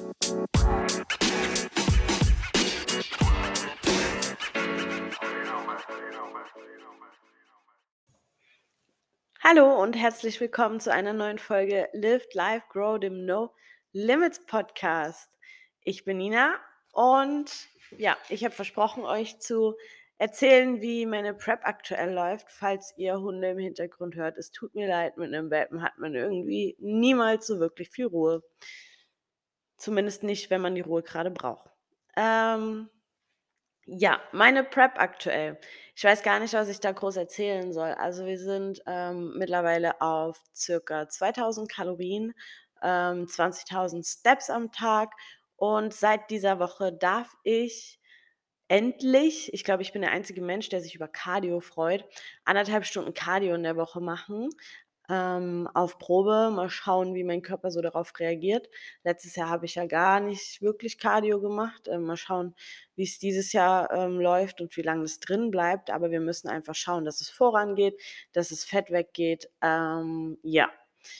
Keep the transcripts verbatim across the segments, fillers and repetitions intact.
Hallo und herzlich willkommen zu einer neuen Folge Live Life Grow, dem No Limits Podcast. Ich bin Nina und ja, ich habe versprochen, euch zu erzählen, wie meine Prep aktuell läuft. Falls ihr Hunde im Hintergrund hört, es tut mir leid, mit einem Welpen hat man irgendwie niemals so wirklich viel Ruhe. Zumindest nicht, wenn man die Ruhe gerade braucht. Ähm, ja, meine Prep aktuell. Ich weiß gar nicht, was ich da groß erzählen soll. Also wir sind ähm, mittlerweile auf circa zweitausend Kalorien, ähm, zwanzigtausend Steps am Tag und seit dieser Woche darf ich endlich, ich glaube, ich bin der einzige Mensch, der sich über Cardio freut, anderthalb Stunden Cardio in der Woche machen, ähm, auf Probe. Mal schauen, wie mein Körper so darauf reagiert. Letztes Jahr habe ich ja gar nicht wirklich Cardio gemacht. Ähm, mal schauen, wie es dieses Jahr, ähm, läuft und wie lange es drin bleibt. Aber wir müssen einfach schauen, dass es vorangeht, dass das Fett weggeht. Ähm, ja,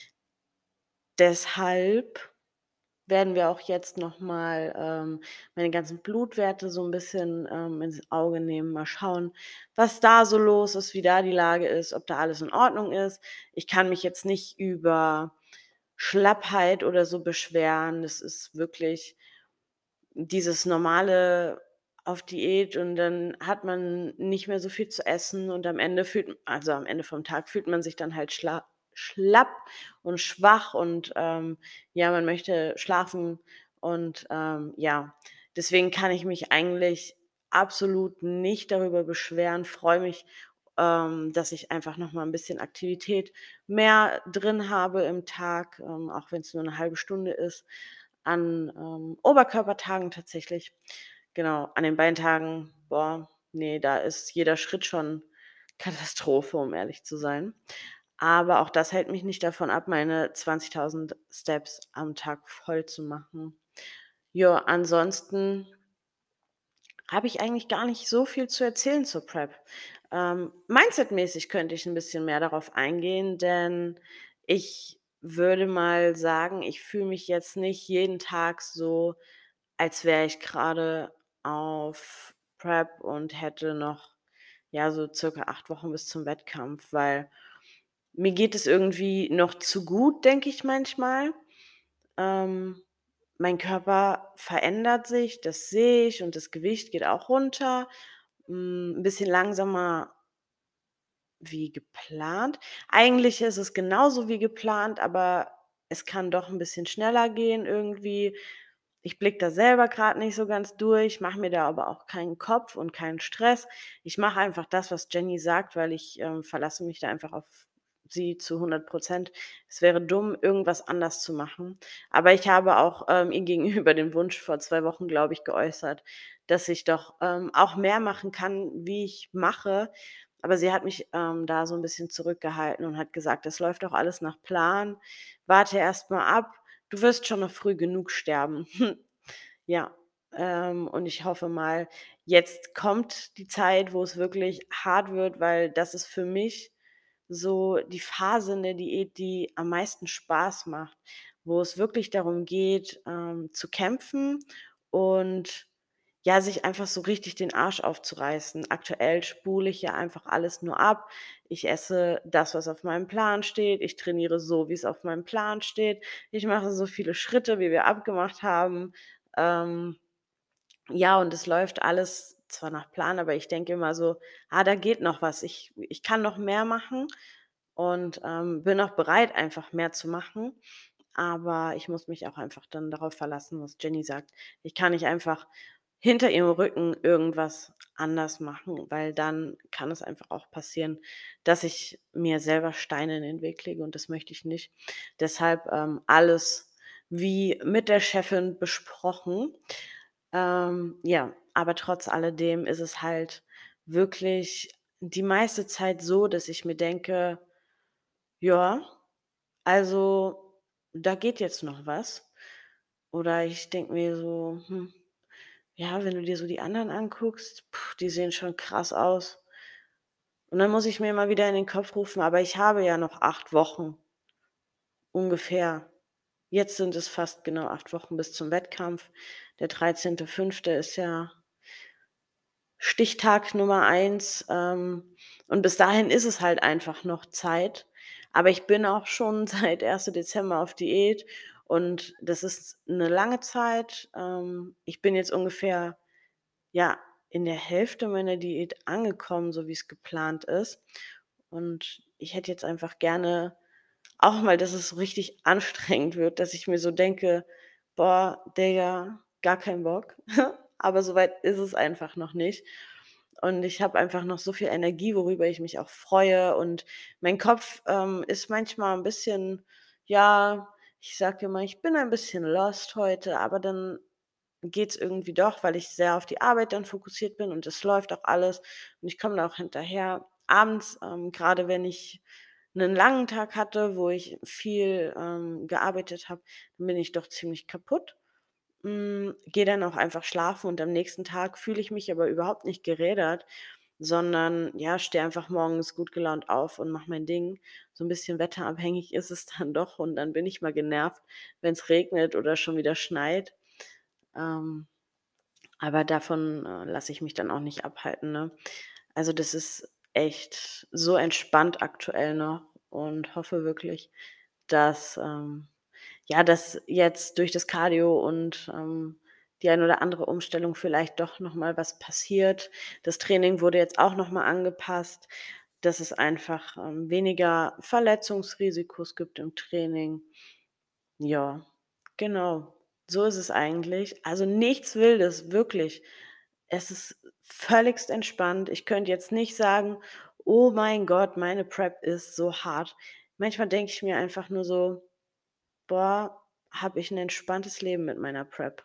deshalb werden wir auch jetzt noch mal, ähm, meine ganzen Blutwerte so ein bisschen, ähm, ins Auge nehmen. Mal schauen, was da so los ist, wie da die Lage ist, ob da alles in Ordnung ist. Ich kann mich jetzt nicht über Schlappheit oder so beschweren. Das ist wirklich dieses normale auf Diät und dann hat man nicht mehr so viel zu essen und am Ende fühlt also, am Ende vom Tag fühlt man sich dann halt schla schlapp und schwach und, ähm, ja, man möchte schlafen und, ähm, ja, deswegen kann ich mich eigentlich absolut nicht darüber beschweren, freue mich, ähm, dass ich einfach noch mal 'n bisschen Aktivität mehr drin habe im Tag, ähm, auch wenn's nur 'ne halbe Stunde ist an, ähm, Oberkörpertagen tatsächlich. Genau, an den Beintagen, boah, ne, da ist jeder Schritt schon Katastrophe, um ehrlich zu sein. Aber auch das hält mich nicht davon ab, meine zwanzigtausend Steps am Tag voll zu machen. Ja, ansonsten habe ich eigentlich gar nicht so viel zu erzählen zur Prep. Ähm, mindsetmäßig könnte ich ein bisschen mehr darauf eingehen, denn ich würde mal sagen, ich fühle mich jetzt nicht jeden Tag so, als wäre ich gerade auf Prep und hätte noch, ja, so circa acht Wochen bis zum Wettkampf, weil mir geht es irgendwie noch zu gut, denke ich manchmal. Ähm, Mein Körper verändert sich, das sehe ich und das Gewicht geht auch runter, hm, 'n bisschen langsamer wie geplant. Eigentlich ist es genauso wie geplant, aber es kann doch 'n bisschen schneller gehen irgendwie. Ich blicke da selber grad nicht so ganz durch, mache mir da aber auch keinen Kopf und keinen Stress. Ich mache einfach das, was Jenny sagt, weil ich, ähm, verlasse mich da einfach auf sie zu hundert Prozent. Es wäre dumm, irgendwas anders zu machen. Aber ich habe auch, ähm, ihr gegenüber den Wunsch vor zwei Wochen, glaube ich, geäußert, dass ich doch, ähm, auch mehr machen kann, wie ich mache. Aber sie hat mich, ähm, da so 'n bisschen zurückgehalten und hat gesagt: „Das läuft doch alles nach Plan. Warte erst mal ab. Du wirst schon noch früh genug sterben." Ja, ähm, und ich hoffe mal, jetzt kommt die Zeit, wo es wirklich hart wird, weil das ist für mich so die Phase in der Diät, die am meisten Spaß macht, wo es wirklich darum geht, ähm, zu kämpfen und, ja, sich einfach so richtig den Arsch aufzureißen. Aktuell spule ich ja einfach alles nur ab. Ich esse das, was auf meinem Plan steht. Ich trainiere so, wie es auf meinem Plan steht. Ich mache so viele Schritte, wie wir abgemacht haben. Ähm, ja, und es läuft alles zwar nach Plan, aber ich denke immer so: „Ah, da geht noch was. Ich ich kann noch mehr machen." Und, ähm, bin auch bereit, einfach mehr zu machen. Aber ich muss mich auch einfach dann darauf verlassen, was Jenny sagt. Ich kann nicht einfach hinter ihrem Rücken irgendwas anders machen, weil dann kann es einfach auch passieren, dass ich mir selber Steine in den Weg lege und das möchte ich nicht. Deshalb, ähm, alles wie mit der Chefin besprochen. Ähm, ja, aber trotz alledem ist es halt wirklich die meiste Zeit so, dass ich mir denke: „Ja, also, da geht jetzt noch was." Oder ich denke mir so: „Hm, ja, wenn du dir so die anderen anguckst, puh, die sehen schon krass aus." Und dann muss ich mir immer wieder in den Kopf rufen: „Aber ich habe ja noch acht Wochen ungefähr." Jetzt sind es fast genau acht Wochen bis zum Wettkampf. Der dreizehnte fünfte ist ja Stichtag Nummer eins, ähm, und bis dahin ist es halt einfach noch Zeit. Aber ich bin auch schon seit ersten Dezember auf Diät und das ist 'ne lange Zeit. Ähm, ich bin jetzt ungefähr, ja, in der Hälfte meiner Diät angekommen, so wie's geplant ist. Und ich hätte jetzt einfach gerne auch mal, dass es so richtig anstrengend wird, dass ich mir so denke: „Boah, Digga, gar keinen Bock.“ Aber so weit ist es einfach noch nicht. Und ich habe einfach noch so viel Energie, worüber ich mich auch freue. Und mein Kopf, ähm, ist manchmal 'n bisschen ja, ich sage immer, ich bin ein bisschen lost heute, aber dann geht's irgendwie doch, weil ich sehr auf die Arbeit dann fokussiert bin und es läuft auch alles und ich komme da auch hinterher. Abends, ähm, grade wenn ich 'nen langen Tag hatte, wo ich viel, ähm, gearbeitet habe, dann bin ich doch ziemlich kaputt. Hm, gehe dann auch einfach schlafen und am nächsten Tag fühle ich mich aber überhaupt nicht gerädert, sondern, ja, stehe einfach morgens gut gelaunt auf und mache mein Ding. So 'n bisschen wetterabhängig ist es dann doch und dann bin ich mal genervt, wenn's regnet oder schon wieder schneit. Ähm, aber davon, äh, lasse ich mich dann auch nicht abhalten, ne? Also, das ist echt so entspannt aktuell noch und hoffe wirklich, dass, ähm ja, dass jetzt durch das Cardio und, ähm, die ein oder andere Umstellung vielleicht doch noch mal was passiert. Das Training wurde jetzt auch noch mal angepasst, dass es einfach, ähm, weniger Verletzungsrisikos gibt im Training. Ja, genau. So ist es eigentlich. Also, nichts Wildes, wirklich. Es ist völligst entspannt. Ich könnte jetzt nicht sagen: „Oh mein Gott, meine Prep ist so hart.“ Manchmal denke ich mir einfach nur so: „Boah, habe ich 'n entspanntes Leben mit meiner Prep.“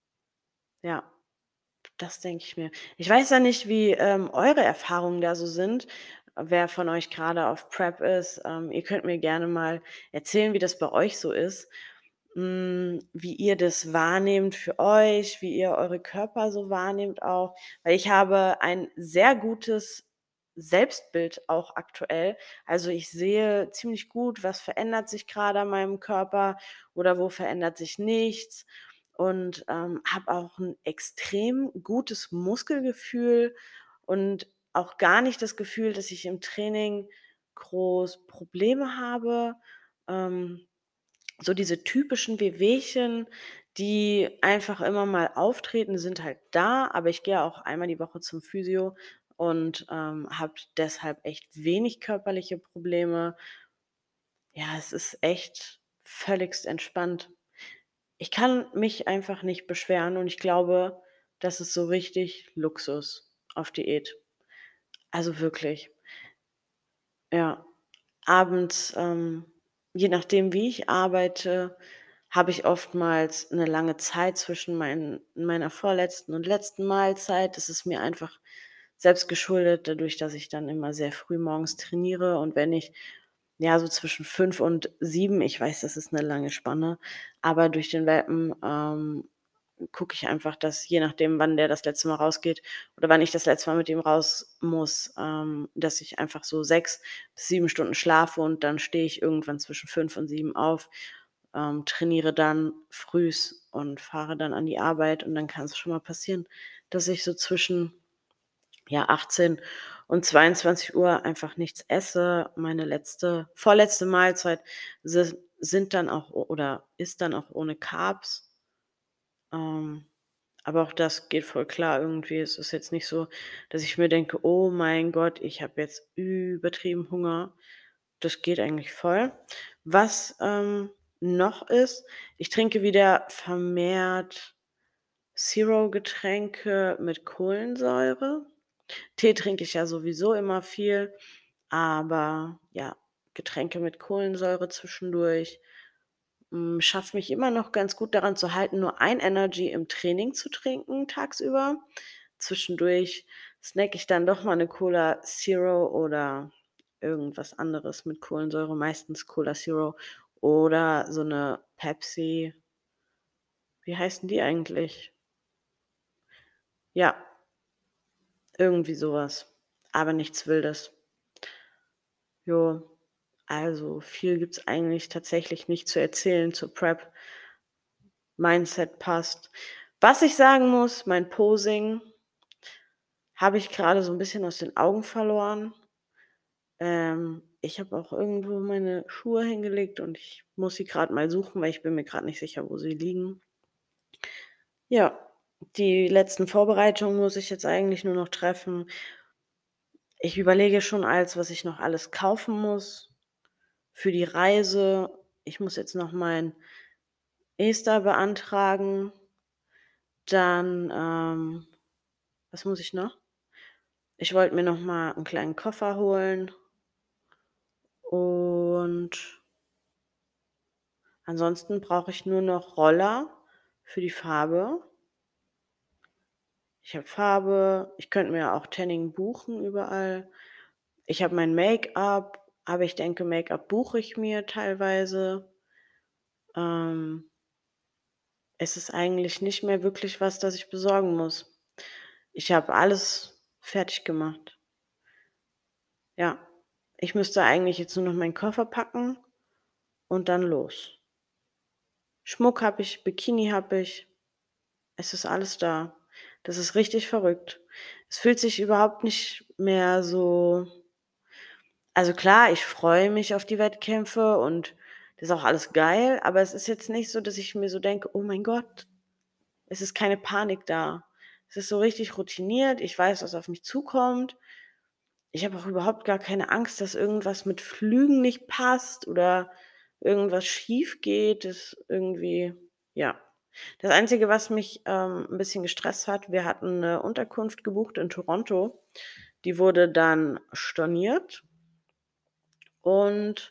Ja, das denke ich mir. Ich weiß ja nicht, wie, ähm, eure Erfahrungen da so sind, wer von euch grade auf Prep ist. Ähm, ihr könnt mir gerne mal erzählen, wie das bei euch so ist, hm, wie ihr das wahrnehmt für euch, wie ihr eure Körper so wahrnehmt auch. Weil ich habe ein sehr gutes Selbstbild auch aktuell. Also, ich sehe ziemlich gut, was verändert sich grade an meinem Körper oder wo verändert sich nichts und, ähm, habe auch 'n extrem gutes Muskelgefühl und auch gar nicht das Gefühl, dass ich im Training groß Probleme habe. Ähm, so diese typischen Wehwehchen, die einfach immer mal auftreten, sind halt da, aber ich gehe auch einmal die Woche zum Physio und, ähm, habe deshalb echt wenig körperliche Probleme. Ja, es ist echt völligst entspannt. Ich kann mich einfach nicht beschweren und ich glaube, das ist so richtig Luxus auf Diät. Also, wirklich. Ja. Abends, ähm, je nachdem, wie ich arbeite, habe ich oftmals 'ne lange Zeit zwischen meinen meiner vorletzten und letzten Mahlzeit. Das ist mir einfach selbst geschuldet, dadurch, dass ich dann immer sehr früh morgens trainiere und wenn ich, ja, so zwischen fünf und sieben ich weiß, das ist 'ne lange Spanne, aber durch den Welpen, ähm, gucke ich einfach, dass je nachdem, wann der das letzte Mal rausgeht oder wann ich das letzte Mal mit ihm raus muss, ähm, dass ich einfach so sechs bis sieben Stunden schlafe und dann stehe ich irgendwann zwischen fünf und sieben auf, ähm, trainiere dann frühs und fahre dann an die Arbeit und dann kann's schon mal passieren, dass ich so zwischen, ja, achtzehn und zweiundzwanzig Uhr einfach nichts esse. Meine letzte vorletzte Mahlzeit si sind dann auch o oder ist dann auch ohne Carbs. Ähm, aber auch das geht voll klar irgendwie. Es ist jetzt nicht so, dass ich mir denke: „Oh mein Gott, ich habe jetzt übertrieben Hunger.“ Das geht eigentlich voll. Was, ähm, noch ist, ich trinke wieder vermehrt Zero-Getränke mit Kohlensäure. Tee trinke ich ja sowieso immer viel, aber ja, Getränke mit Kohlensäure zwischendurch, hm, schaffe mich immer noch ganz gut daran zu halten, nur ein Energy im Training zu trinken tagsüber. Zwischendurch snacke ich dann doch mal 'ne Cola Zero oder irgendwas anderes mit Kohlensäure, meistens Cola Zero oder so 'ne Pepsi. Wie heißen die eigentlich? Ja. Irgendwie so was, aber nichts Wildes. Jo. Also, viel gibt's eigentlich tatsächlich nicht zu erzählen zur Prep. Mindset passt. Was ich sagen muss, mein Posing habe ich grade so 'n bisschen aus den Augen verloren. Ähm, ich habe auch irgendwo meine Schuhe hingelegt und ich muss sie grad mal suchen, weil ich bin mir grad nicht sicher, wo sie liegen. Ja, die letzten Vorbereitungen muss ich jetzt eigentlich nur noch treffen. Ich überlege schon als was ich noch alles kaufen muss für die Reise. Ich muss jetzt noch mein ESTA beantragen. Dann, ähm was muss ich noch? Ich wollte mir noch mal 'n kleinen Koffer holen. Und ansonsten brauche ich nur noch Roller für die Farbe. Ich habe Farbe. Ich könnte mir auch Tanning buchen überall. Ich habe mein Make-up, aber ich denke, Make-up buche ich mir teilweise. Ähm es ist eigentlich nicht mehr wirklich was, das ich besorgen muss. Ich habe alles fertig gemacht. Ja, ich müsste eigentlich jetzt nur noch meinen Koffer packen und dann los. Schmuck habe ich, Bikini habe ich. Es ist alles da. Das ist richtig verrückt. Es fühlt sich überhaupt nicht mehr so also klar, ich freue mich auf die Wettkämpfe und das ist auch alles geil, aber es ist jetzt nicht so, dass ich mir so denke: „Oh mein Gott“, es ist keine Panik da. Es ist so richtig routiniert. Ich weiß, was auf mich zukommt. Ich habe auch überhaupt gar keine Angst, dass irgendwas mit Flügen nicht passt oder irgendwas schiefgeht, das irgendwie ja. Das Einzige, was mich, ähm, 'n bisschen gestresst hat, wir hatten 'ne Unterkunft gebucht in Toronto. Die wurde dann storniert und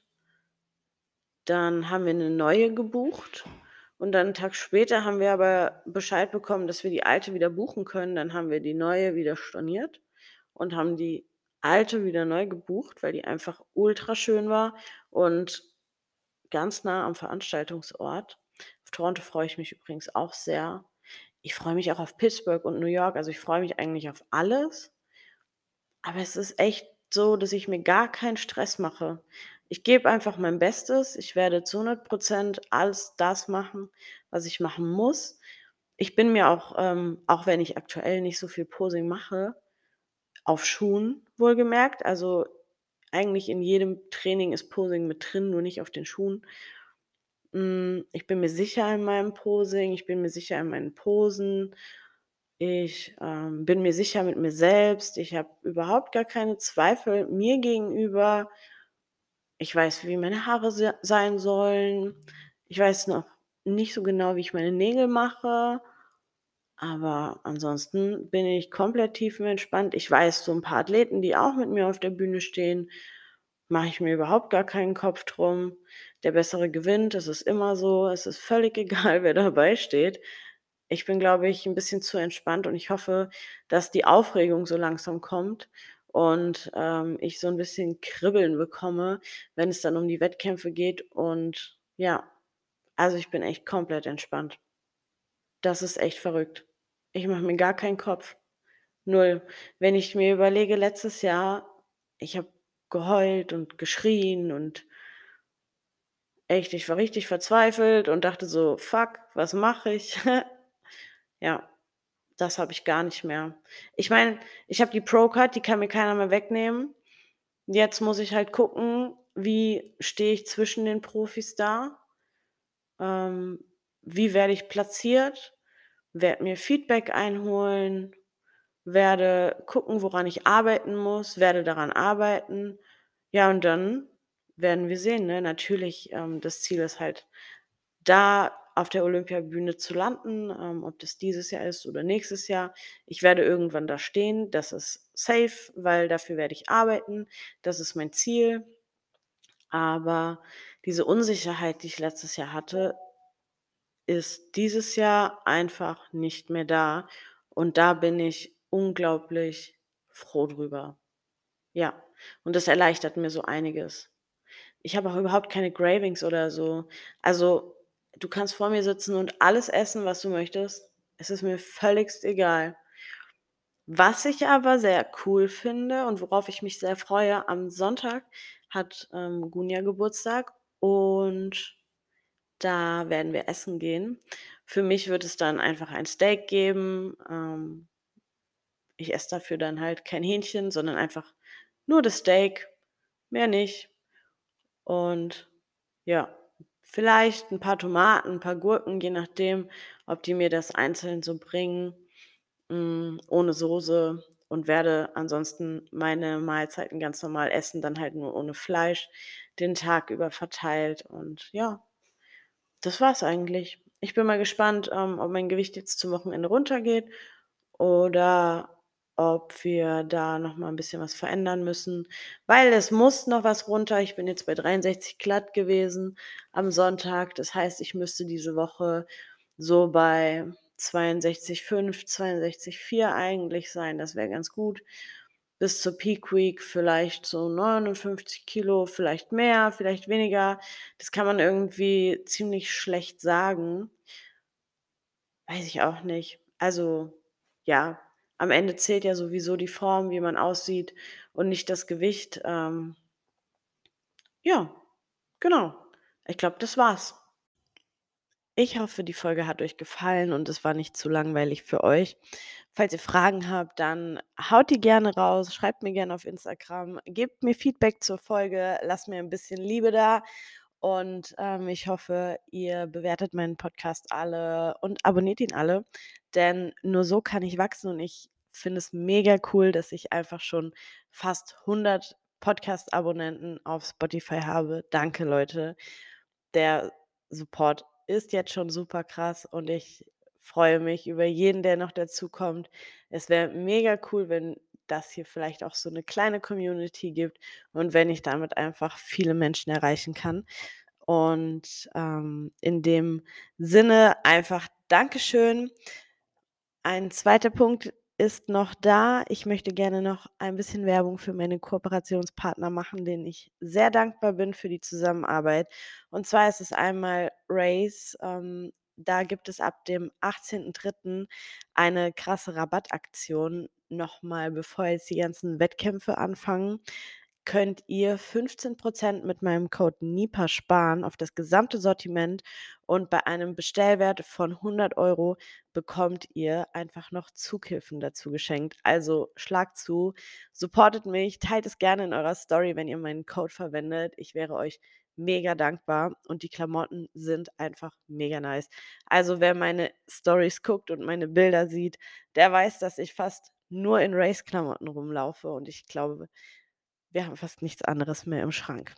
dann haben wir 'ne neue gebucht und dann 'n Tag später haben wir aber Bescheid bekommen, dass wir die alte wieder buchen können. Dann haben wir die neue wieder storniert und haben die alte wieder neu gebucht, weil die einfach ultraschön war und ganz nah am Veranstaltungsort. Auf Toronto freue ich mich übrigens auch sehr. Ich freue mich auch auf Pittsburgh und New York. Also, ich freue mich eigentlich auf alles. Aber es ist echt so, dass ich mir gar keinen Stress mache. Ich gebe einfach mein Bestes. Ich werde zu hundert Prozent alles das machen, was ich machen muss. Ich bin mir auch, ähm auch wenn ich aktuell nicht so viel Posing mache auf Schuhen wohlgemerkt, also eigentlich in jedem Training ist Posing mit drin, nur nicht auf den Schuhen. Hm, ich bin mir sicher in meinem Posing, ich bin mir sicher in meinen Posen. Ich, ähm, bin mir sicher mit mir selbst. Ich habe überhaupt gar keine Zweifel mir gegenüber. Ich weiß, wie meine Haare se sein sollen. Ich weiß noch nicht so genau, wie ich meine Nägel mache, aber ansonsten bin ich komplett tiefenentspannt. Ich weiß, so 'n paar Athleten, die auch mit mir auf der Bühne stehen, mache ich mir überhaupt gar keinen Kopf drum. Der Bessere gewinnt, das ist immer so. Es ist völlig egal, wer dabei steht. Ich bin, glaube ich, 'n bisschen zu entspannt und ich hoffe, dass die Aufregung so langsam kommt und, ähm, ich so 'n bisschen Kribbeln bekomme, wenn es dann um die Wettkämpfe geht und ja, also, ich bin echt komplett entspannt. Das ist echt verrückt. Ich mache mir gar keinen Kopf. Null. Wenn ich mir überlege, letztes Jahr, ich habe geheult und geschrien und echt, ich war richtig verzweifelt und dachte so: „Fuck, was mache ich?“ Ja, das habe ich gar nicht mehr. Ich meine, ich habe die Pro-Card, die kann mir keiner mehr wegnehmen. Jetzt muss ich halt gucken, wie stehe ich zwischen den Profis da? Ähm, wie werde ich platziert? Werde mir Feedback einholen, werde gucken, woran ich arbeiten muss, werde daran arbeiten. Ja, und dann werden wir sehen, ne? Natürlich, ähm, das Ziel ist halt, da auf der Olympiabühne zu landen, ähm, ob das dieses Jahr ist oder nächstes Jahr. Ich werde irgendwann da stehen, das ist safe, weil dafür werde ich arbeiten. Das ist mein Ziel. Aber diese Unsicherheit, die ich letztes Jahr hatte ist dieses Jahr einfach nicht mehr da und da bin ich unglaublich froh drüber. Ja, und das erleichtert mir so einiges. Ich habe auch überhaupt keine Cravings oder so. Also, du kannst vor mir sitzen und alles essen, was du möchtest. Es ist mir völligst egal. Was ich aber sehr cool finde und worauf ich mich sehr freue, am Sonntag hat, ähm, Gunja Geburtstag und da werden wir essen gehen. Für mich wird es dann einfach ein Steak geben. Ähm, ich esse dafür dann halt kein Hähnchen, sondern einfach nur das Steak, mehr nicht. Und ja, vielleicht ein paar Tomaten, ein paar Gurken, je nachdem, ob die mir das einzeln so bringen, hm, ohne Soße und werde ansonsten meine Mahlzeiten ganz normal essen, dann halt nur ohne Fleisch, den Tag über verteilt und ja, das war's eigentlich. Ich bin mal gespannt, ähm, ob mein Gewicht jetzt zum Wochenende runtergeht oder ob wir da noch mal 'n bisschen was verändern müssen, weil es muss noch was runter. Ich bin jetzt bei dreiundsechzig glatt gewesen am Sonntag. Das heißt, ich müsste diese Woche so bei zweiundsechzig Komma fünf, zweiundsechzig Komma vier eigentlich sein. Das wäre ganz gut. Bis zur Peak Week vielleicht so neunundfünfzig Kilo, vielleicht mehr, vielleicht weniger. Das kann man irgendwie ziemlich schlecht sagen. Weiß ich auch nicht. Also, ja, am Ende zählt ja sowieso die Form, wie man aussieht und nicht das Gewicht. Ähm, ja, genau. Ich glaube, das war's. Ich hoffe, die Folge hat euch gefallen und es war nicht zu langweilig für euch. Falls ihr Fragen habt, dann haut die gerne raus, schreibt mir gerne auf Instagram, gebt mir Feedback zur Folge, lasst mir ein bisschen Liebe da und, ähm, ich hoffe, ihr bewertet meinen Podcast alle und abonniert ihn alle, denn nur so kann ich wachsen und ich finde es mega cool, dass ich einfach schon fast hundert Podcast-Abonnenten auf Spotify habe. Danke, Leute. Der Support ist jetzt schon super krass und ich freue mich über jeden, der noch dazukommt. Es wäre mega cool, wenn das hier vielleicht auch so eine kleine Community gibt und wenn ich damit einfach viele Menschen erreichen kann. Und, ähm, in dem Sinne einfach Dankeschön. Ein zweiter Punkt ist noch da. Ich möchte gerne noch ein bisschen Werbung für meine Kooperationspartner machen, denen ich sehr dankbar bin für die Zusammenarbeit. Und zwar ist es einmal Race. Ähm, da gibt es ab dem achtzehnten dritten eine krasse Rabattaktion. Nochmal, bevor jetzt die ganzen Wettkämpfe anfangen, könnt ihr fünfzehn Prozent mit meinem Code NIPA sparen auf das gesamte Sortiment und bei einem Bestellwert von hundert Euro bekommt ihr einfach noch Zughilfen dazu geschenkt. Also schlagt zu, supportet mich, teilt es gerne in eurer Story, wenn ihr meinen Code verwendet. Ich wäre euch mega dankbar und die Klamotten sind einfach mega nice. Also wer meine Stories guckt und meine Bilder sieht, der weiß, dass ich fast nur in Race-Klamotten rumlaufe und ich glaube, wir haben fast nichts anderes mehr im Schrank.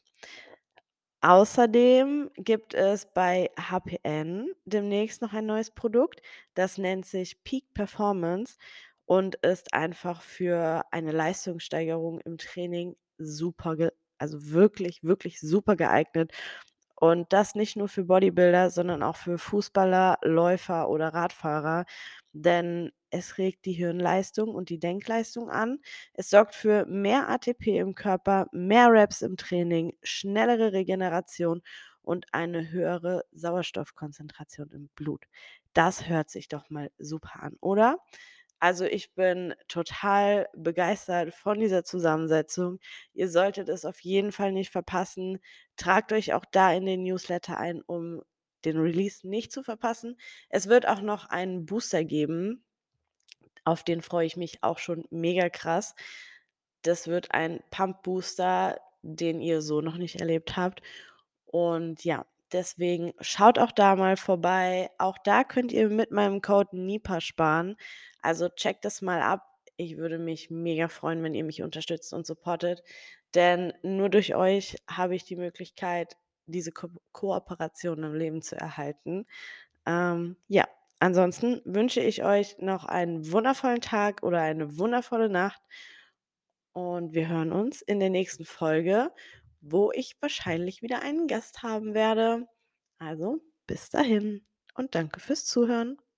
Außerdem gibt es bei H P N demnächst noch ein neues Produkt. Das nennt sich Peak Performance und ist einfach für eine Leistungssteigerung im Training super ge also wirklich, wirklich super geeignet. Und das nicht nur für Bodybuilder, sondern auch für Fußballer, Läufer oder Radfahrer, denn es regt die Hirnleistung und die Denkleistung an. Es sorgt für mehr A T P im Körper, mehr Reps im Training, schnellere Regeneration und eine höhere Sauerstoffkonzentration im Blut. Das hört sich doch mal super an, oder? Also, ich bin total begeistert von dieser Zusammensetzung. Ihr solltet es auf jeden Fall nicht verpassen. Tragt euch auch da in den Newsletter ein, um den Release nicht zu verpassen. Es wird auch noch einen Booster geben, auf den freue ich mich auch schon mega krass. Das wird ein Pump Booster, den ihr so noch nicht erlebt habt. Und ja, deswegen schaut auch da mal vorbei. Auch da könnt ihr mit meinem Code NIPA sparen. Also checkt das mal ab. Ich würde mich mega freuen, wenn ihr mich unterstützt und supportet, denn nur durch euch habe ich die Möglichkeit, diese Ko Kooperation im Leben zu erhalten. Ähm, ja, ansonsten wünsche ich euch noch einen wundervollen Tag oder eine wundervolle Nacht und wir hören uns in der nächsten Folge, wo ich wahrscheinlich wieder einen Gast haben werde. Also, bis dahin und danke fürs Zuhören.